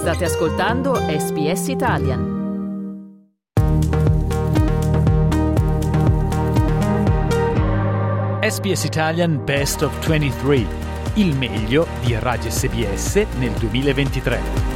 State ascoltando SBS Italian. SBS Italian Best of 23, il meglio di Radio SBS nel 2023.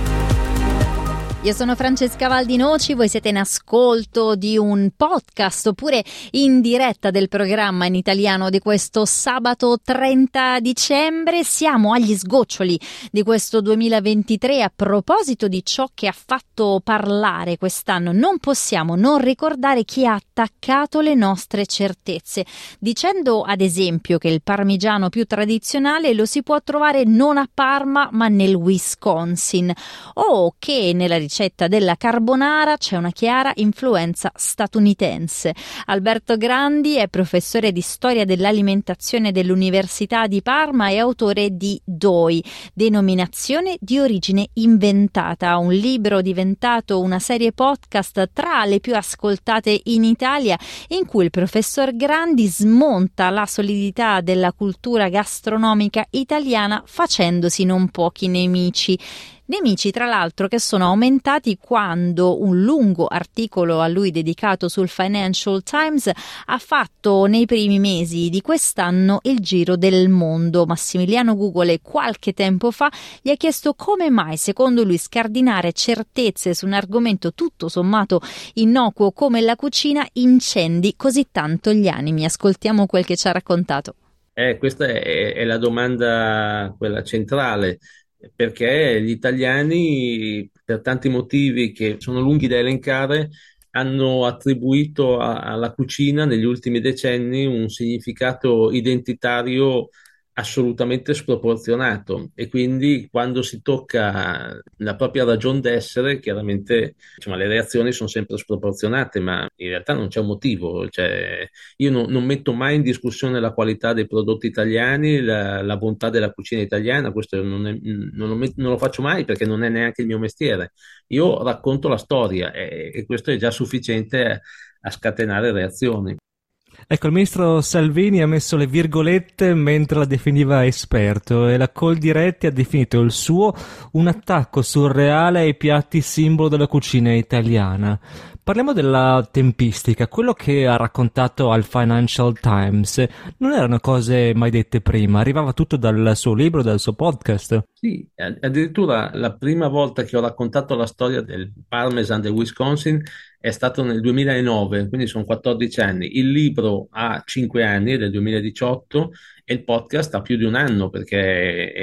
Io sono Francesca Valdinoci, voi siete in ascolto di un podcast oppure in diretta del programma in italiano di questo sabato 30 dicembre. Siamo agli sgoccioli di questo 2023. A proposito di ciò che ha fatto parlare quest'anno, non possiamo non ricordare chi ha attaccato le nostre certezze, dicendo ad esempio che il parmigiano più tradizionale lo si può trovare non a Parma ma nel Wisconsin, o che nella ricetta della carbonara c'è una chiara influenza statunitense. Alberto Grandi è professore di storia dell'alimentazione dell'Università di Parma e autore di DOI, denominazione di origine inventata, un libro diventato una serie podcast tra le più ascoltate in Italia, in cui il professor Grandi smonta la solidità della cultura gastronomica italiana facendosi non pochi nemici. Nemici, tra l'altro, che sono aumentati quando un lungo articolo a lui dedicato sul Financial Times ha fatto nei primi mesi di quest'anno il giro del mondo. Massimiliano Gugole qualche tempo fa gli ha chiesto come mai, secondo lui, scardinare certezze su un argomento tutto sommato innocuo come la cucina incendi così tanto gli animi. Ascoltiamo quel che ci ha raccontato. Questa è la domanda, quella centrale. Perché gli italiani, per tanti motivi che sono lunghi da elencare, hanno attribuito alla cucina negli ultimi decenni un significato identitario assolutamente sproporzionato, e quindi quando si tocca la propria ragion d'essere, chiaramente, insomma, le reazioni sono sempre sproporzionate, ma in realtà non c'è un motivo. Cioè, io non metto mai in discussione la qualità dei prodotti italiani, la bontà della cucina italiana. Questo non lo faccio mai, perché non è neanche il mio mestiere. Io racconto la storia, e questo è già sufficiente a scatenare reazioni. Ecco, il ministro Salvini ha messo le virgolette mentre la definiva esperto, e la Coldiretti ha definito il suo un attacco surreale ai piatti simbolo della cucina italiana. Parliamo della tempistica. Quello che ha raccontato al Financial Times non erano cose mai dette prima, arrivava tutto dal suo libro, dal suo podcast. Sì, addirittura la prima volta che ho raccontato la storia del Parmesan del Wisconsin è stato nel 2009, quindi sono 14 anni. Il libro ha 5 anni, è del 2018, e il podcast ha più di un anno, perché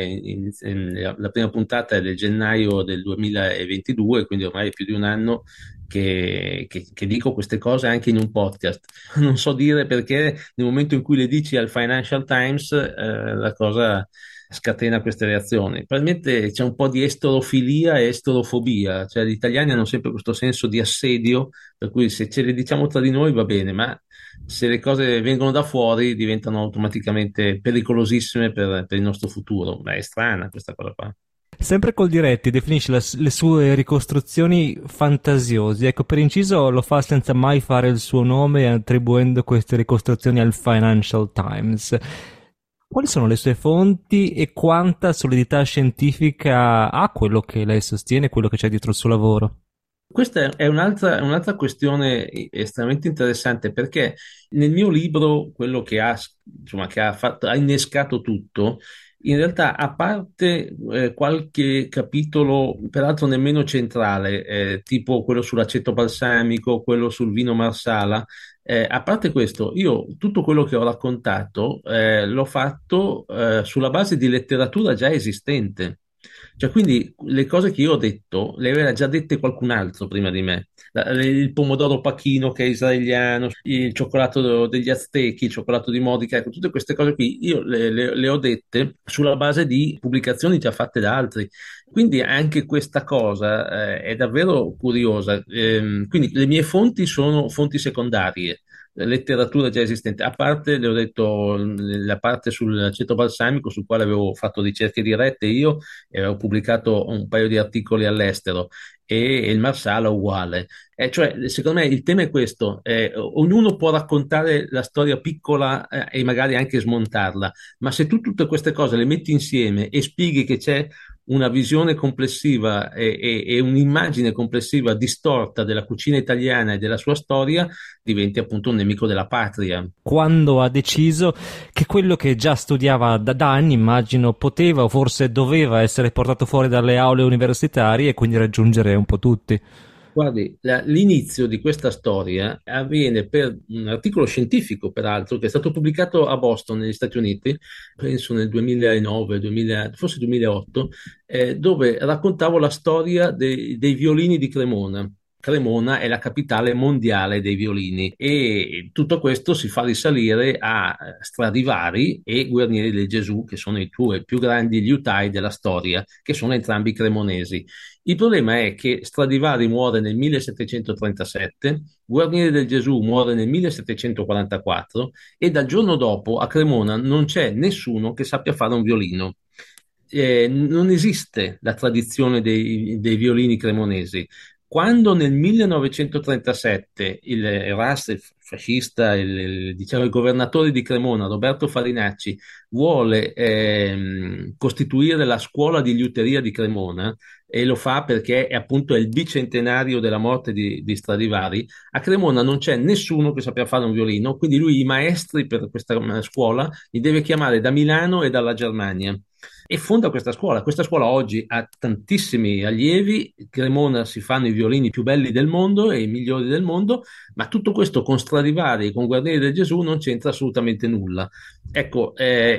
la prima puntata è del gennaio del 2022, quindi ormai è più di un anno che dico queste cose anche in un podcast. Non so dire perché nel momento in cui le dici al Financial Times, la cosa scatena queste reazioni. Probabilmente c'è un po' di estorofilia e esterofobia, cioè gli italiani hanno sempre questo senso di assedio, per cui se ce le diciamo tra di noi va bene, ma se le cose vengono da fuori diventano automaticamente pericolosissime per il nostro futuro. Beh, è strana questa cosa qua. Sempre Coldiretti definisce le sue ricostruzioni fantasiose. Ecco, per inciso lo fa senza mai fare il suo nome, attribuendo queste ricostruzioni al Financial Times. Quali sono le sue fonti e quanta solidità scientifica ha quello che lei sostiene, quello che c'è dietro il suo lavoro? Questa è un'altra questione estremamente interessante, perché nel mio libro, quello che ha innescato tutto, in realtà, a parte qualche capitolo, peraltro nemmeno centrale, tipo quello sull'aceto balsamico, quello sul vino Marsala, a parte questo, io tutto quello che ho raccontato l'ho fatto sulla base di letteratura già esistente. Cioè, quindi le cose che io ho detto le aveva già dette qualcun altro prima di me. Il pomodoro pachino, che è israeliano, il cioccolato degli Aztechi, il cioccolato di Modica, ecco, tutte queste cose qui io le ho dette sulla base di pubblicazioni già fatte da altri. Quindi anche questa cosa è davvero curiosa. Quindi le mie fonti sono fonti secondarie, letteratura già esistente, a parte, le ho detto, la parte sull'aceto balsamico, sul quale avevo fatto ricerche dirette io e avevo pubblicato un paio di articoli all'estero, e il Marsala uguale. Cioè, secondo me il tema è questo: ognuno può raccontare la storia piccola e magari anche smontarla, ma se tu tutte queste cose le metti insieme e spieghi che c'è una visione complessiva e un'immagine complessiva distorta della cucina italiana e della sua storia, diventi appunto un nemico della patria. Quando ha deciso che quello che già studiava da anni, immagino, poteva o forse doveva essere portato fuori dalle aule universitarie e quindi raggiungere un po' tutti. Guardi, l'inizio di questa storia avviene per un articolo scientifico, peraltro, che è stato pubblicato a Boston, negli Stati Uniti, penso nel 2009, forse 2008, dove raccontavo la storia dei violini di Cremona. Cremona è la capitale mondiale dei violini e tutto questo si fa risalire a Stradivari e Guarnieri del Gesù, che sono i due più grandi liutai della storia, che sono entrambi cremonesi. Il problema è che Stradivari muore nel 1737, Guarnieri del Gesù muore nel 1744 e dal giorno dopo a Cremona non c'è nessuno che sappia fare un violino. Non esiste la tradizione dei violini cremonesi. Quando nel 1937 il RAS, il fascista, diciamo, il governatore di Cremona, Roberto Farinacci, vuole costituire la scuola di liuteria di Cremona, e lo fa perché appunto è il bicentenario della morte di Stradivari, a Cremona non c'è nessuno che sappia fare un violino, quindi lui i maestri per questa scuola li deve chiamare da Milano e dalla Germania. E fonda questa scuola. Questa scuola oggi ha tantissimi allievi, Cremona si fanno i violini più belli del mondo e i migliori del mondo, ma tutto questo con Stradivari e con Guarnieri del Gesù non c'entra assolutamente nulla. Ecco,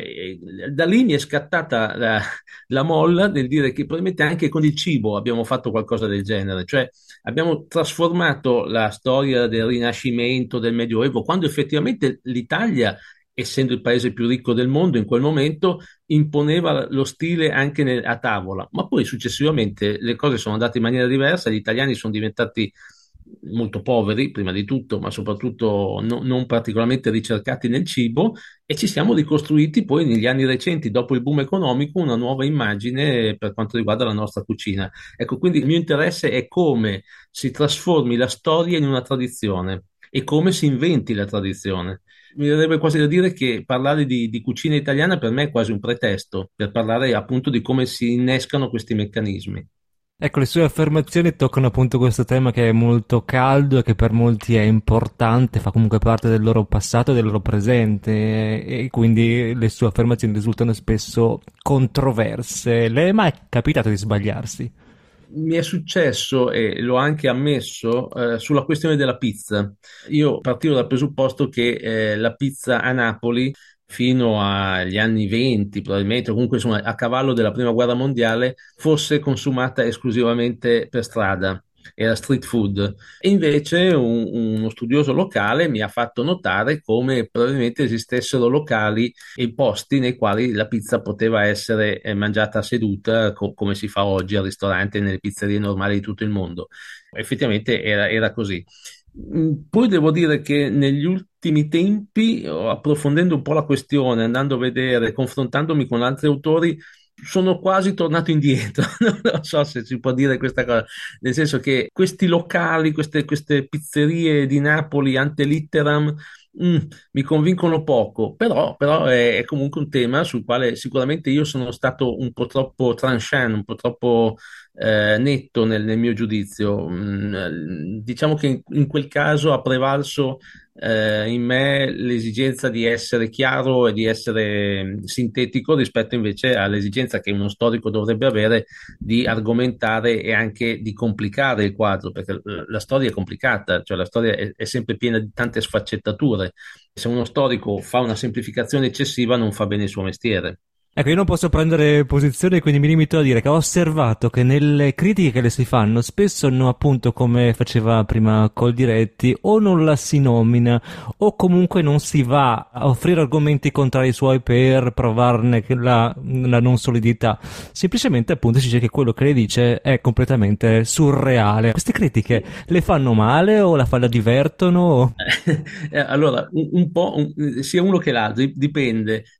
da lì mi è scattata la molla nel dire che probabilmente anche con il cibo abbiamo fatto qualcosa del genere, cioè abbiamo trasformato la storia del Rinascimento, del Medioevo, quando effettivamente l'Italia, essendo il paese più ricco del mondo in quel momento, imponeva lo stile anche a tavola, ma poi successivamente le cose sono andate in maniera diversa, gli italiani sono diventati molto poveri prima di tutto, ma soprattutto non particolarmente ricercati nel cibo, e ci siamo ricostruiti poi negli anni recenti, dopo il boom economico, una nuova immagine per quanto riguarda la nostra cucina. Ecco, quindi il mio interesse è come si trasformi la storia in una tradizione e come si inventi la tradizione. Mi verrebbe quasi da dire che parlare di cucina italiana per me è quasi un pretesto per parlare appunto di come si innescano questi meccanismi. Ecco, le sue affermazioni toccano appunto questo tema che è molto caldo e che per molti è importante, fa comunque parte del loro passato e del loro presente, e quindi le sue affermazioni risultano spesso controverse. Le è mai capitato di sbagliarsi? Mi è successo, e l'ho anche ammesso, sulla questione della pizza. Io partivo dal presupposto che la pizza a Napoli, fino agli anni 20 probabilmente, o comunque insomma, a cavallo della prima guerra mondiale, fosse consumata esclusivamente per strada. Era street food. E invece uno studioso locale mi ha fatto notare come probabilmente esistessero locali e posti nei quali la pizza poteva essere mangiata seduta, come si fa oggi al ristorante e nelle pizzerie normali di tutto il mondo. Effettivamente era così. Poi devo dire che negli ultimi tempi, approfondendo un po' la questione, andando a vedere, confrontandomi con altri autori, sono quasi tornato indietro. Non so se si può dire questa cosa, nel senso che questi locali, queste pizzerie di Napoli ante litteram, mi convincono poco, però è comunque un tema sul quale sicuramente io sono stato un po' troppo tranchant, un po' troppo netto nel mio giudizio. Diciamo che in quel caso ha prevalso in me l'esigenza di essere chiaro e di essere sintetico rispetto invece all'esigenza che uno storico dovrebbe avere di argomentare e anche di complicare il quadro, perché la storia è complicata, cioè la storia è sempre piena di tante sfaccettature. Se uno storico fa una semplificazione eccessiva non fa bene il suo mestiere. Ecco, io non posso prendere posizione, quindi mi limito a dire che ho osservato che nelle critiche che le si fanno spesso appunto, come faceva prima Coldiretti, o non la si nomina o comunque non si va a offrire argomenti contrari ai suoi per provarne la non solidità. Semplicemente appunto si dice che quello che lei dice è completamente surreale. Queste critiche le fanno male o la divertono? Allora, un po' sia uno che l'altro, dipende.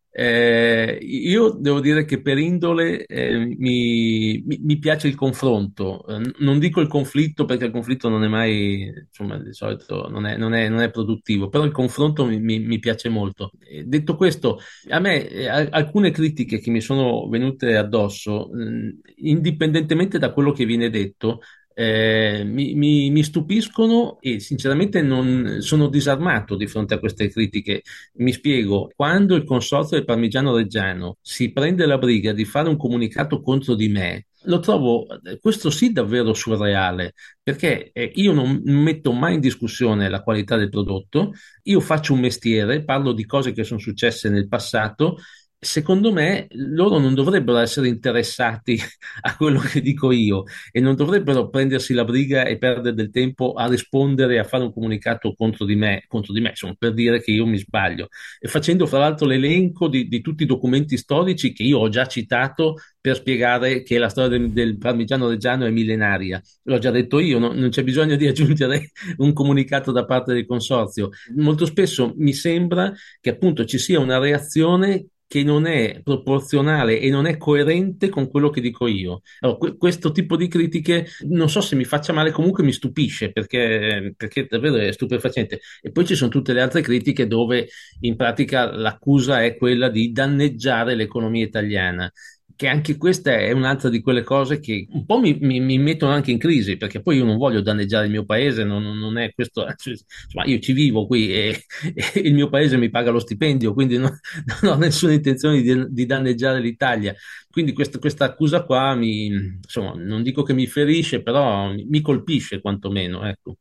Io devo dire che per indole mi piace il confronto. Non dico il conflitto perché il conflitto non è mai, insomma, di solito non è produttivo, però il confronto mi piace molto. Detto questo, a me alcune critiche che mi sono venute addosso, indipendentemente da quello che viene detto, mi stupiscono e sinceramente non sono disarmato di fronte a queste critiche. Mi spiego, quando il consorzio del Parmigiano Reggiano si prende la briga di fare un comunicato contro di me, lo trovo, questo sì, davvero surreale, perché io non metto mai in discussione la qualità del prodotto, io faccio un mestiere, parlo di cose che sono successe nel passato. Secondo me loro non dovrebbero essere interessati a quello che dico io e non dovrebbero prendersi la briga e perdere del tempo a rispondere, a fare un comunicato contro di me, insomma, per dire che io mi sbaglio. E facendo fra l'altro l'elenco di tutti i documenti storici che io ho già citato per spiegare che la storia del Parmigiano Reggiano è millenaria. L'ho già detto io, non c'è bisogno di aggiungere un comunicato da parte del consorzio. Molto spesso mi sembra che appunto ci sia una reazione che non è proporzionale e non è coerente con quello che dico io. Allora, questo tipo di critiche non so se mi faccia male, comunque mi stupisce perché davvero è stupefacente. E poi ci sono tutte le altre critiche dove in pratica l'accusa è quella di danneggiare l'economia italiana. Che anche questa è un'altra di quelle cose che un po' mi mettono anche in crisi, perché poi io non voglio danneggiare il mio paese, non è questo, insomma, io ci vivo qui e il mio paese mi paga lo stipendio, quindi non ho nessuna intenzione di danneggiare l'Italia. Quindi questa accusa qua insomma, non dico che mi ferisce, però mi colpisce quantomeno, ecco.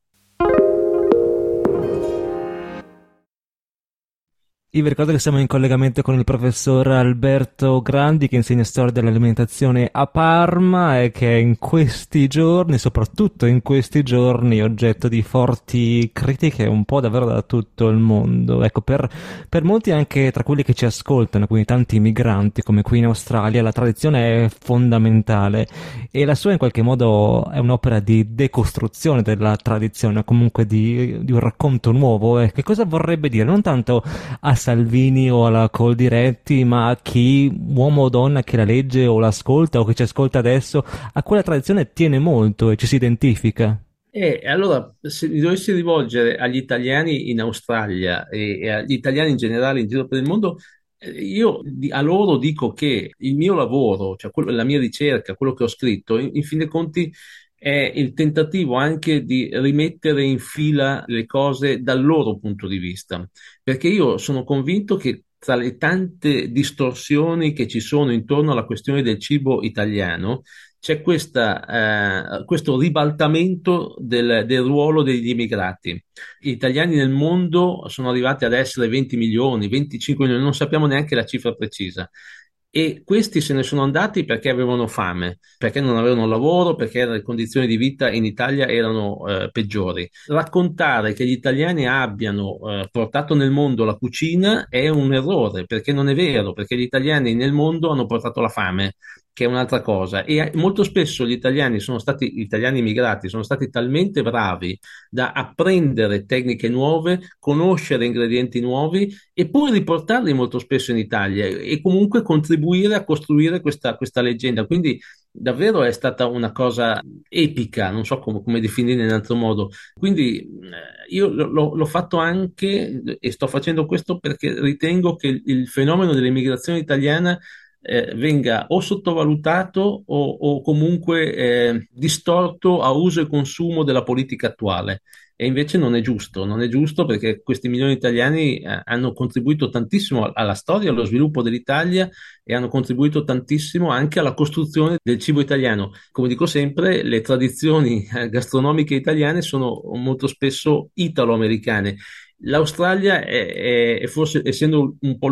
Io vi ricordo che siamo in collegamento con il professor Alberto Grandi che insegna storia dell'alimentazione a Parma e che è in questi giorni, soprattutto in questi giorni, oggetto di forti critiche un po' davvero da tutto il mondo. Ecco, per molti anche tra quelli che ci ascoltano, quindi tanti migranti come qui in Australia, la tradizione è fondamentale e la sua in qualche modo è un'opera di decostruzione della tradizione, comunque di un racconto nuovo. Che cosa vorrebbe dire? Non tanto a Salvini o alla Coldiretti, ma a chi, uomo o donna, che la legge o l'ascolta o che ci ascolta adesso, a quella tradizione tiene molto e ci si identifica. E allora, se mi dovessi rivolgere agli italiani in Australia e agli italiani in generale in giro per il mondo, io a loro dico che il mio lavoro, cioè la mia ricerca, quello che ho scritto, in fin dei conti è il tentativo anche di rimettere in fila le cose dal loro punto di vista, perché io sono convinto che tra le tante distorsioni che ci sono intorno alla questione del cibo italiano, c'è questo ribaltamento del ruolo degli immigrati. Gli italiani nel mondo sono arrivati ad essere 20 milioni, 25 milioni, non sappiamo neanche la cifra precisa. E questi se ne sono andati perché avevano fame, perché non avevano lavoro, perché le condizioni di vita in Italia erano peggiori. Raccontare che gli italiani abbiano portato nel mondo la cucina è un errore, perché non è vero, perché gli italiani nel mondo hanno portato la fame, che è un'altra cosa. E molto spesso gli italiani immigrati, sono stati talmente bravi da apprendere tecniche nuove, conoscere ingredienti nuovi e poi riportarli molto spesso in Italia e comunque contribuire a costruire questa leggenda. Quindi davvero è stata una cosa epica, non so come definire in altro modo. Quindi io l'ho fatto anche e sto facendo questo perché ritengo che il fenomeno dell'immigrazione italiana venga o sottovalutato o comunque distorto a uso e consumo della politica attuale. E invece non è giusto perché questi milioni di italiani hanno contribuito tantissimo alla storia, allo sviluppo dell'Italia e hanno contribuito tantissimo anche alla costruzione del cibo italiano. Come dico sempre, le tradizioni gastronomiche italiane sono molto spesso italo-americane. L'Australia è forse, essendo un po'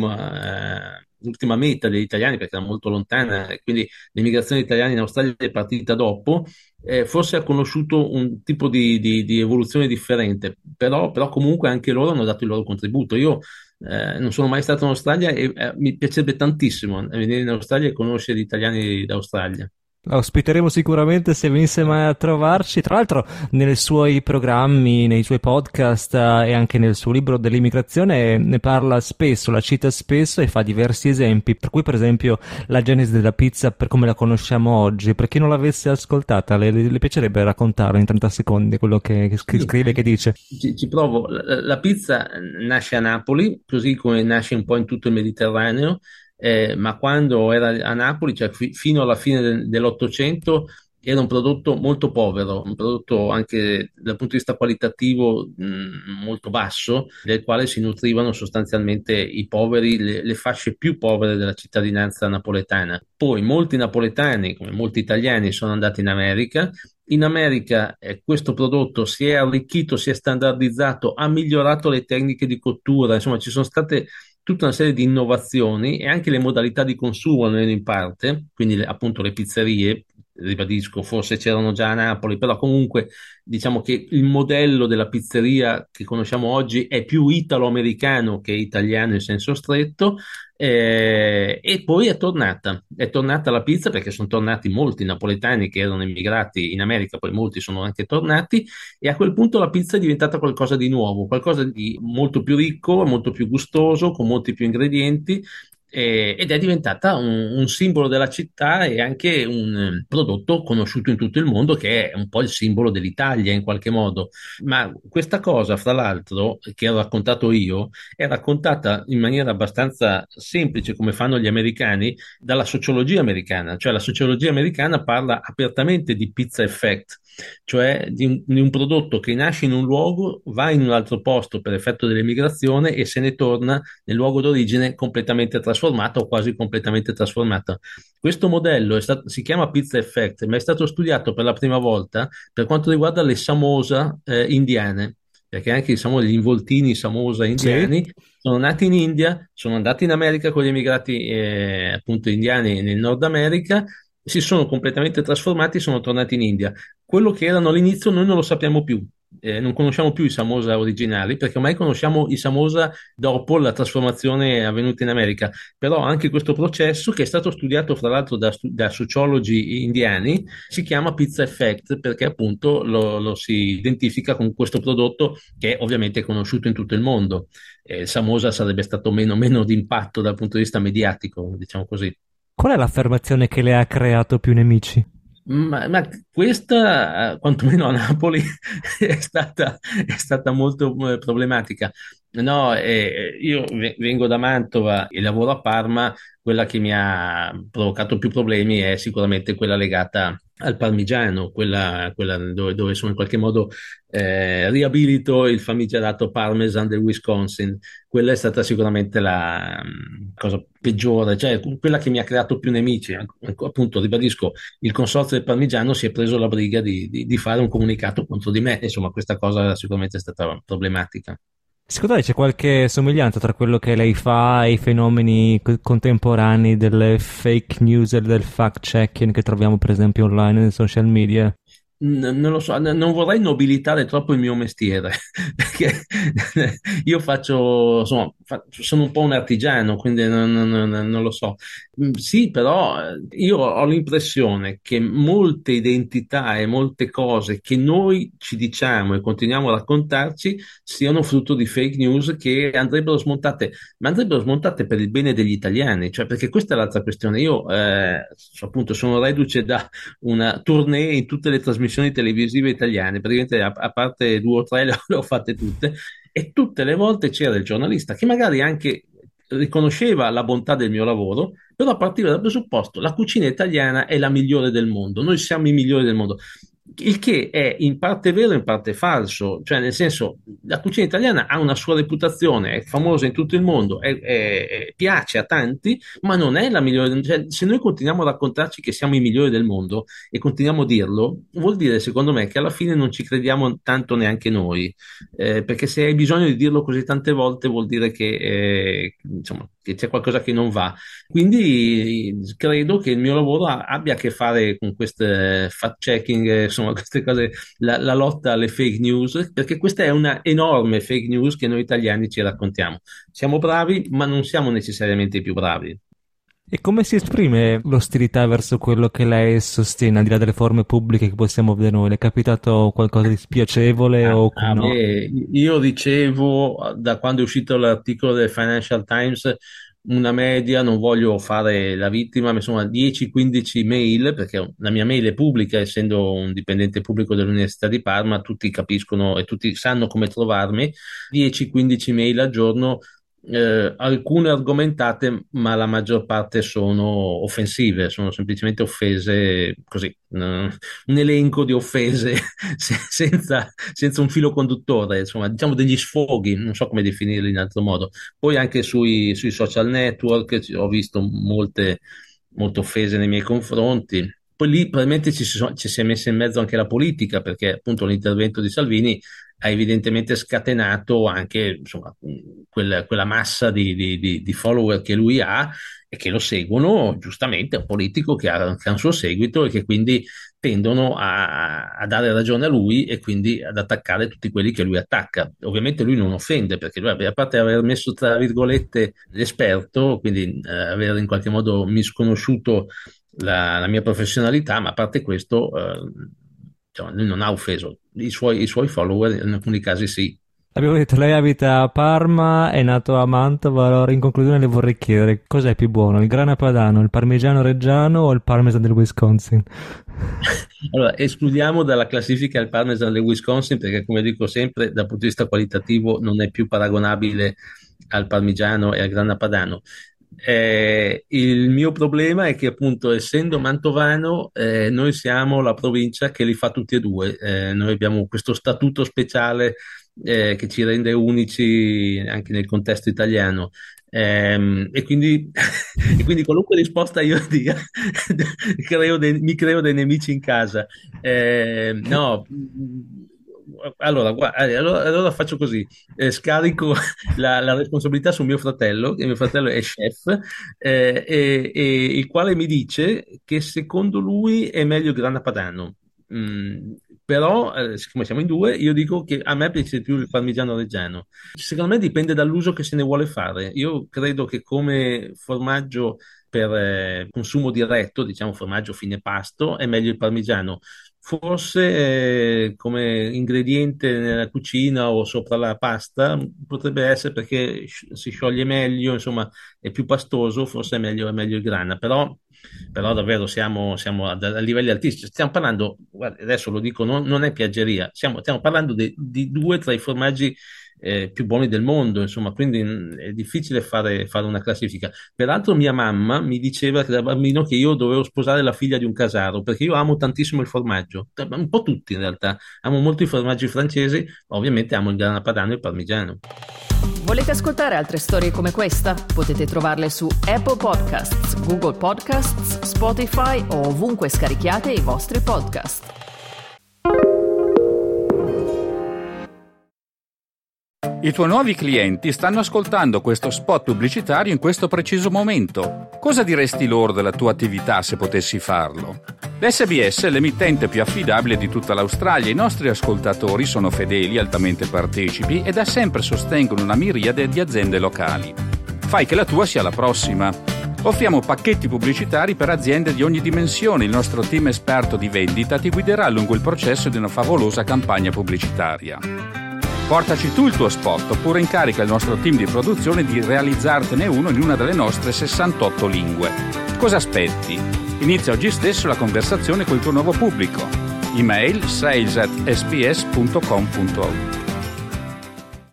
l'ultima meta degli italiani, perché era molto lontana, e quindi l'immigrazione italiana in Australia è partita dopo, forse ha conosciuto un tipo di evoluzione differente, però comunque anche loro hanno dato il loro contributo. Io non sono mai stato in Australia e mi piacerebbe tantissimo venire in Australia e conoscere gli italiani d'Australia. La ospiteremo sicuramente se venisse mai a trovarci. Tra l'altro, nei suoi programmi, nei suoi podcast e anche nel suo libro dell'immigrazione ne parla spesso, la cita spesso e fa diversi esempi. Per cui, per esempio, la genesi della pizza per come la conosciamo oggi. Per chi non l'avesse ascoltata, le piacerebbe raccontarlo in 30 secondi quello che scrive e che dice? Ci provo. La pizza nasce a Napoli, così come nasce un po' in tutto il Mediterraneo, ma quando era a Napoli, cioè fino alla fine dell'Ottocento, era un prodotto molto povero, un prodotto anche dal punto di vista qualitativo molto basso, del quale si nutrivano sostanzialmente i poveri, le fasce più povere della cittadinanza napoletana. Poi molti napoletani, come molti italiani, sono andati in America. In America questo prodotto si è arricchito, si è standardizzato, ha migliorato le tecniche di cottura, insomma ci sono state tutta una serie di innovazioni e anche le modalità di consumo, almeno in parte, quindi appunto le pizzerie, ribadisco, forse c'erano già a Napoli, però comunque diciamo che il modello della pizzeria che conosciamo oggi è più italo-americano che italiano in senso stretto. E poi è tornata la pizza perché sono tornati molti napoletani che erano immigrati in America, poi molti sono anche tornati e a quel punto la pizza è diventata qualcosa di nuovo, qualcosa di molto più ricco, molto più gustoso, con molti più ingredienti ed è diventata un simbolo della città e anche un prodotto conosciuto in tutto il mondo che è un po' il simbolo dell'Italia in qualche modo. Ma questa cosa, fra l'altro, che ho raccontato io, è raccontata in maniera abbastanza semplice, come fanno gli americani, dalla sociologia americana. Cioè la sociologia americana parla apertamente di pizza effect, cioè di un prodotto che nasce in un luogo, va in un altro posto per effetto dell'emigrazione e se ne torna nel luogo d'origine completamente trasformato o quasi completamente trasformato. Questo modello si chiama Pizza Effect, ma è stato studiato per la prima volta per quanto riguarda le samosa indiane, perché anche diciamo, gli involtini samosa indiani sono nati in India, sono andati in America con gli immigrati appunto indiani nel Nord America, si sono completamente trasformati e sono tornati in India. Quello che erano all'inizio noi non lo sappiamo più. Non conosciamo più i Samosa originali perché ormai conosciamo i Samosa dopo la trasformazione avvenuta in America, però anche questo processo che è stato studiato fra l'altro da sociologi indiani si chiama Pizza Effect perché appunto lo si identifica con questo prodotto che ovviamente è conosciuto in tutto il mondo. Il Samosa sarebbe stato meno di impatto dal punto di vista mediatico, diciamo così. Qual è l'affermazione che le ha creato più nemici? Ma questa, quantomeno a Napoli, è stata molto problematica. No, io vengo da Mantova e lavoro a Parma, quella che mi ha provocato più problemi è sicuramente quella legata al parmigiano, quella dove sono in qualche modo riabilito il famigerato Parmesan del Wisconsin. Quella è stata sicuramente la cosa peggiore, cioè quella che mi ha creato più nemici. Appunto, ribadisco, il consorzio del Parmigiano si è preso la briga di fare un comunicato contro di me. Insomma, questa cosa sicuramente è stata problematica. Secondo lei c'è qualche somiglianza tra quello che lei fa e i fenomeni contemporanei delle fake news e del fact-checking che troviamo per esempio online nei social media? Non lo so, non vorrei nobilitare troppo il mio mestiere, perché io faccio, insomma, sono un po' un artigiano, quindi non lo so. Sì, però io ho l'impressione che molte identità e molte cose che noi ci diciamo e continuiamo a raccontarci siano frutto di fake news che andrebbero smontate, ma andrebbero smontate per il bene degli italiani, cioè perché questa è l'altra questione. Io appunto sono reduce da una tournée in tutte le trasmissioni televisive italiane, praticamente a parte due o tre le ho fatte tutte, e tutte le volte c'era il giornalista che magari anche riconosceva la bontà del mio lavoro, però partiva dal presupposto la cucina italiana è la migliore del mondo, noi siamo i migliori del mondo. Il che è in parte vero e in parte falso, cioè nel senso la cucina italiana ha una sua reputazione, è famosa in tutto il mondo, piace a tanti, ma non è la migliore. Cioè, se noi continuiamo a raccontarci che siamo i migliori del mondo e continuiamo a dirlo, vuol dire secondo me che alla fine non ci crediamo tanto neanche noi, perché se hai bisogno di dirlo così tante volte vuol dire che, insomma, che c'è qualcosa che non va. Quindi credo che il mio lavoro abbia a che fare con queste fact-checking, insomma, queste cose, la lotta alle fake news, perché questa è una enorme fake news che noi italiani ci raccontiamo. Siamo bravi, ma non siamo necessariamente i più bravi. E come si esprime l'ostilità verso quello che lei sostiene, al di là delle forme pubbliche che possiamo vedere noi? Le è capitato qualcosa di spiacevole o no? Io ricevo, da quando è uscito l'articolo del Financial Times, una media, non voglio fare la vittima, ma insomma 10-15 mail, perché la mia mail è pubblica, essendo un dipendente pubblico dell'Università di Parma, tutti capiscono e tutti sanno come trovarmi, 10-15 mail al giorno, alcune argomentate, ma la maggior parte sono offensive, sono semplicemente offese così, un elenco di offese senza un filo conduttore, insomma, diciamo degli sfoghi, non so come definirli in altro modo. Poi anche sui social network ho visto molte offese nei miei confronti. Poi lì probabilmente ci si è messa in mezzo anche la politica, perché appunto l'intervento di Salvini ha evidentemente scatenato anche insomma, quella massa di follower che lui ha e che lo seguono, giustamente, è un politico che ha un suo seguito e che quindi tendono a dare ragione a lui e quindi ad attaccare tutti quelli che lui attacca. Ovviamente lui non offende, perché lui, a parte aver messo tra virgolette l'esperto, quindi aver in qualche modo misconosciuto la mia professionalità, ma a parte questo, lui non ha offeso i suoi follower, in alcuni casi sì. Abbiamo detto, lei abita a Parma, è nato a Mantova, allora in conclusione le vorrei chiedere cos'è più buono, il grana padano, il parmigiano reggiano o il parmesan del Wisconsin? Allora, escludiamo dalla classifica il parmesan del Wisconsin, perché come dico sempre, dal punto di vista qualitativo non è più paragonabile al parmigiano e al grana padano. Il mio problema è che appunto essendo mantovano noi siamo la provincia che li fa tutti e due, noi abbiamo questo statuto speciale che ci rende unici anche nel contesto italiano, e quindi qualunque risposta io dia mi creo dei nemici in casa. No, allora faccio così, scarico la responsabilità su mio fratello, che mio fratello è chef, e il quale mi dice che secondo lui è meglio il grana padano. Però, siccome siamo in due, io dico che a me piace più il parmigiano reggiano. Secondo me dipende dall'uso che se ne vuole fare. Io credo che come formaggio per consumo diretto, diciamo formaggio fine pasto, è meglio il parmigiano. Forse come ingrediente nella cucina o sopra la pasta potrebbe essere, perché si scioglie meglio, insomma è più pastoso, forse è meglio il grana, però davvero siamo a livelli altissimi. Stiamo parlando, guarda, adesso lo dico, non è piaggeria, stiamo parlando di due tra i formaggi più buoni del mondo, insomma, quindi è difficile fare una classifica. Peraltro mia mamma mi diceva che da bambino che io dovevo sposare la figlia di un casaro, perché io amo tantissimo il formaggio, un po' tutti in realtà, amo molto i formaggi francesi, ma ovviamente amo il grana padano e il parmigiano. Volete ascoltare altre storie come questa? Potete trovarle su Apple Podcasts, Google Podcasts, Spotify o ovunque scarichiate i vostri podcast. I tuoi nuovi clienti stanno ascoltando questo spot pubblicitario in questo preciso momento. Cosa diresti loro della tua attività se potessi farlo? L'SBS è l'emittente più affidabile di tutta l'Australia. I nostri ascoltatori sono fedeli, altamente partecipi e da sempre sostengono una miriade di aziende locali. Fai che la tua sia la prossima. Offriamo pacchetti pubblicitari per aziende di ogni dimensione. Il nostro team esperto di vendita ti guiderà lungo il processo di una favolosa campagna pubblicitaria. Portaci tu il tuo spot oppure incarica il nostro team di produzione di realizzartene uno in una delle nostre 68 lingue. Cosa aspetti? Inizia oggi stesso la conversazione col tuo nuovo pubblico. Email sales@sbs.com.au.